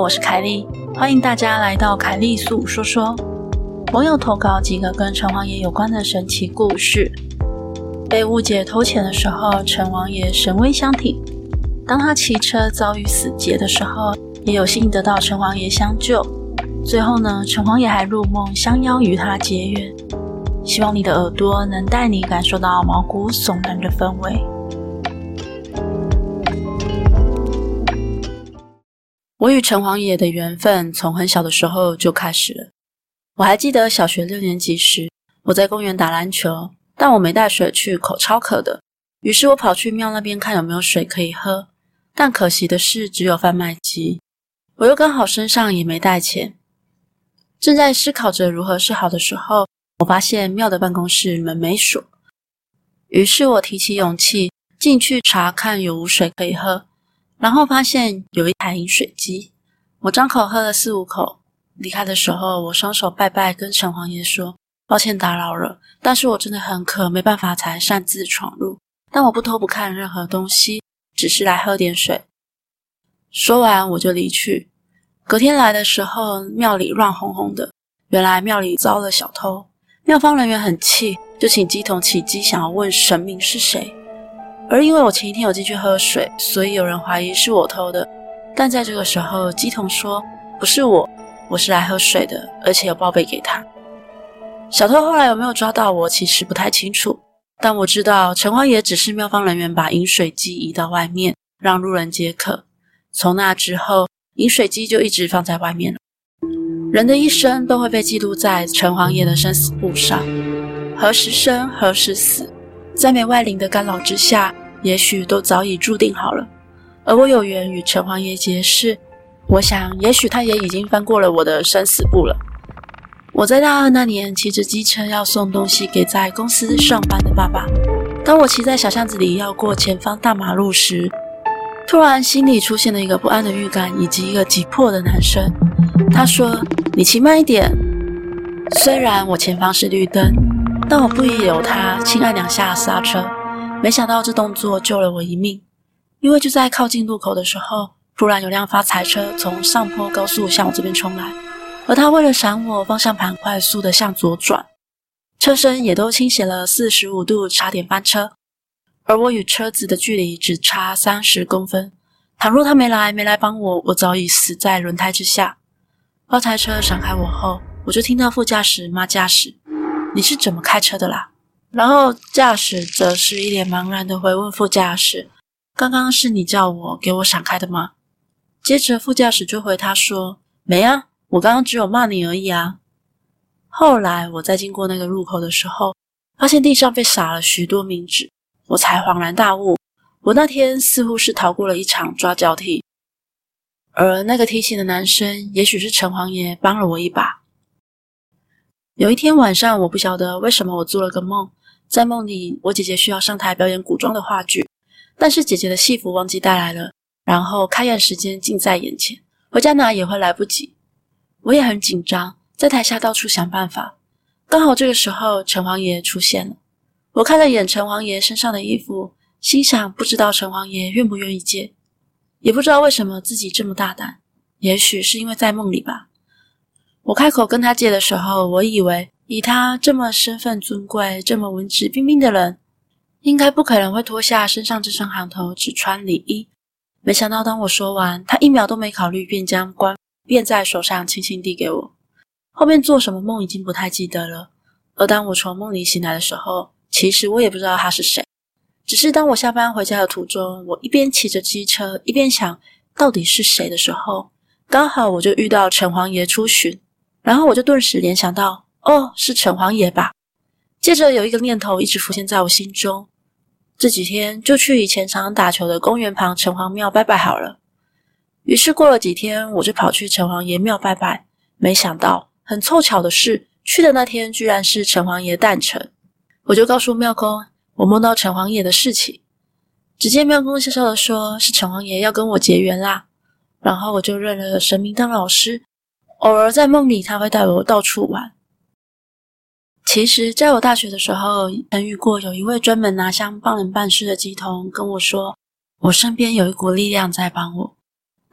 我是凯莉，欢迎大家来到凯莉诉说说。网友投稿几个跟城隍爷有关的神奇故事。被误解偷钱的时候，城隍爷神威相挺；当他骑车遭遇死劫的时候，也有幸得到城隍爷相救。最后呢，城隍爷还入梦相邀与他结缘。希望你的耳朵能带你感受到毛骨悚然的氛围。我与城隍爷的缘分从很小的时候就开始了。我还记得小学6年级时，我在公园打篮球，但我没带水去，口超渴的。于是我跑去庙那边看有没有水可以喝，但可惜的是只有贩卖机。我又刚好身上也没带钱。正在思考着如何是好的时候，我发现庙的办公室门没锁。于是我提起勇气进去查看有无水可以喝，然后发现有一台饮水机。我张口喝了4、5口，离开的时候我双手拜拜，跟城隍爷说抱歉打扰了，但是我真的很渴，没办法才擅自闯入，但我不偷不看任何东西，只是来喝点水。说完我就离去。隔天来的时候，庙里乱哄哄的，原来庙里遭了小偷。庙方人员很气，就请乩童起乩想要问神明是谁。而因为我前一天有进去喝水，所以有人怀疑是我偷的。但在这个时候，乩童说不是我是来喝水的，而且有报备给他。小偷后来有没有抓到我其实不太清楚，但我知道城隍爷只是庙方人员把饮水机移到外面，让路人解渴。从那之后，饮水机就一直放在外面了。人的一生都会被记录在城隍爷的生死簿上，何时生何时死，在没外灵的干扰之下，也许都早已注定好了。而我有缘与城隍爷结识，我想也许他也已经翻过了我的生死簿了。我在大2那年骑着机车要送东西给在公司上班的爸爸。当我骑在小巷子里要过前方大马路时，突然心里出现了一个不安的预感，以及一个急迫的男声。他说你骑慢一点。虽然我前方是绿灯，但我不疑有他，轻按2下刹车。没想到这动作救了我一命，因为就在靠近路口的时候，突然有辆发财车从上坡高速向我这边冲来，而他为了闪我，方向盘快速的向左转，车身也都倾斜了45度，差点翻车。而我与车子的距离只差30公分，倘若他没来帮我，我早已死在轮胎之下。发财车闪开我后，我就听到副驾驶骂驾驶，你是怎么开车的啦？然后驾驶则是一脸茫然的回问副驾驶，刚刚是你叫我给我闪开的吗？接着副驾驶就回他说，没啊，我刚刚只有骂你而已啊。后来我在经过那个路口的时候，发现地上被撒了许多冥纸，我才恍然大悟，我那天似乎是逃过了一场抓交替。而那个提醒的男生，也许是城隍爷帮了我一把。有一天晚上，我不晓得为什么我做了个梦，在梦里我姐姐需要上台表演古装的话剧，但是姐姐的戏服忘记带来了，然后开演时间近在眼前，回家拿也会来不及。我也很紧张，在台下到处想办法。刚好这个时候城隍爷出现了，我看了眼城隍爷身上的衣服，心想不知道城隍爷愿不愿意借，也不知道为什么自己这么大胆，也许是因为在梦里吧。我开口跟他借的时候，我以为以他这么身份尊贵，这么文质彬彬的人，应该不可能会脱下身上这身行头，只穿里衣。没想到当我说完，他1秒都没考虑，便将官便在手上轻轻递给我。后面做什么梦已经不太记得了，而当我从梦里醒来的时候，其实我也不知道他是谁。只是当我下班回家的途中，我一边骑着机车，一边想到底是谁的时候，刚好我就遇到城隍爷出巡，然后我就顿时联想到，哦，是城隍爷吧。接着有一个念头一直浮现在我心中，这几天就去以前常打球的公园旁城隍庙拜拜好了。于是过了几天，我就跑去城隍爷庙拜拜，没想到很凑巧的是，去的那天居然是城隍爷诞辰。我就告诉庙公我梦到城隍爷的事情，只见庙公笑笑的说，是城隍爷要跟我结缘啦。然后我就认了神明当老师，偶尔在梦里他会带我到处玩。其实在我大学的时候，曾遇过有一位专门拿香帮人办事的乩童跟我说，我身边有一股力量在帮我。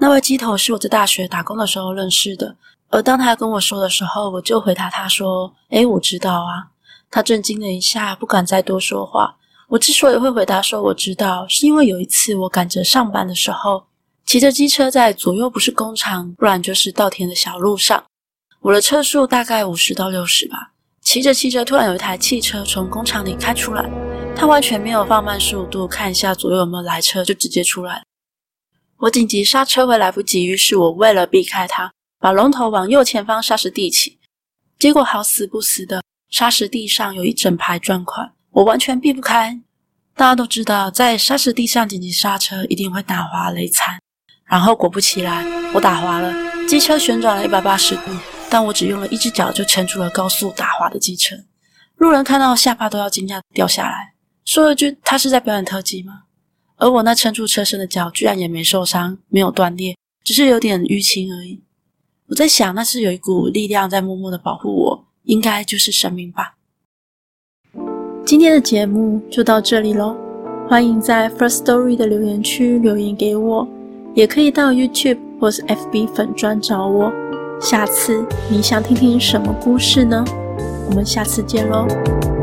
那位鸡头是我在大学打工的时候认识的，而当他跟我说的时候，我就回答他说我知道啊。他震惊了一下，不敢再多说话。我之所以会回答说我知道，是因为有一次我赶着上班的时候，骑着机车在左右不是工厂，不然就是稻田的小路上。我的车速大概50到60吧。骑着骑着，突然有一台汽车从工厂里开出来，他完全没有放慢速度，看一下左右有没有来车，就直接出来。我紧急刹车会来不及，于是我为了避开他，把龙头往右前方砂石地起。结果好死不死的，砂石地上有一整排砖块，我完全避不开。大家都知道，在砂石地上紧急刹车一定会打滑雷惨，然后果不其然，我打滑了，机车旋转了180度，但我只用了一只脚就撑住了高速打滑的机车。路人看到下巴都要惊讶掉下来，说了句他是在表演特技吗？而我那撑住车身的脚居然也没受伤，没有断裂，只是有点淤青而已。我在想，那是有一股力量在默默的保护我，应该就是生命吧。今天的节目就到这里咯，欢迎在 First Story 的留言区留言给我，也可以到 YouTube 或是 FB 粉专找我。下次你想听听什么故事呢？我们下次见咯。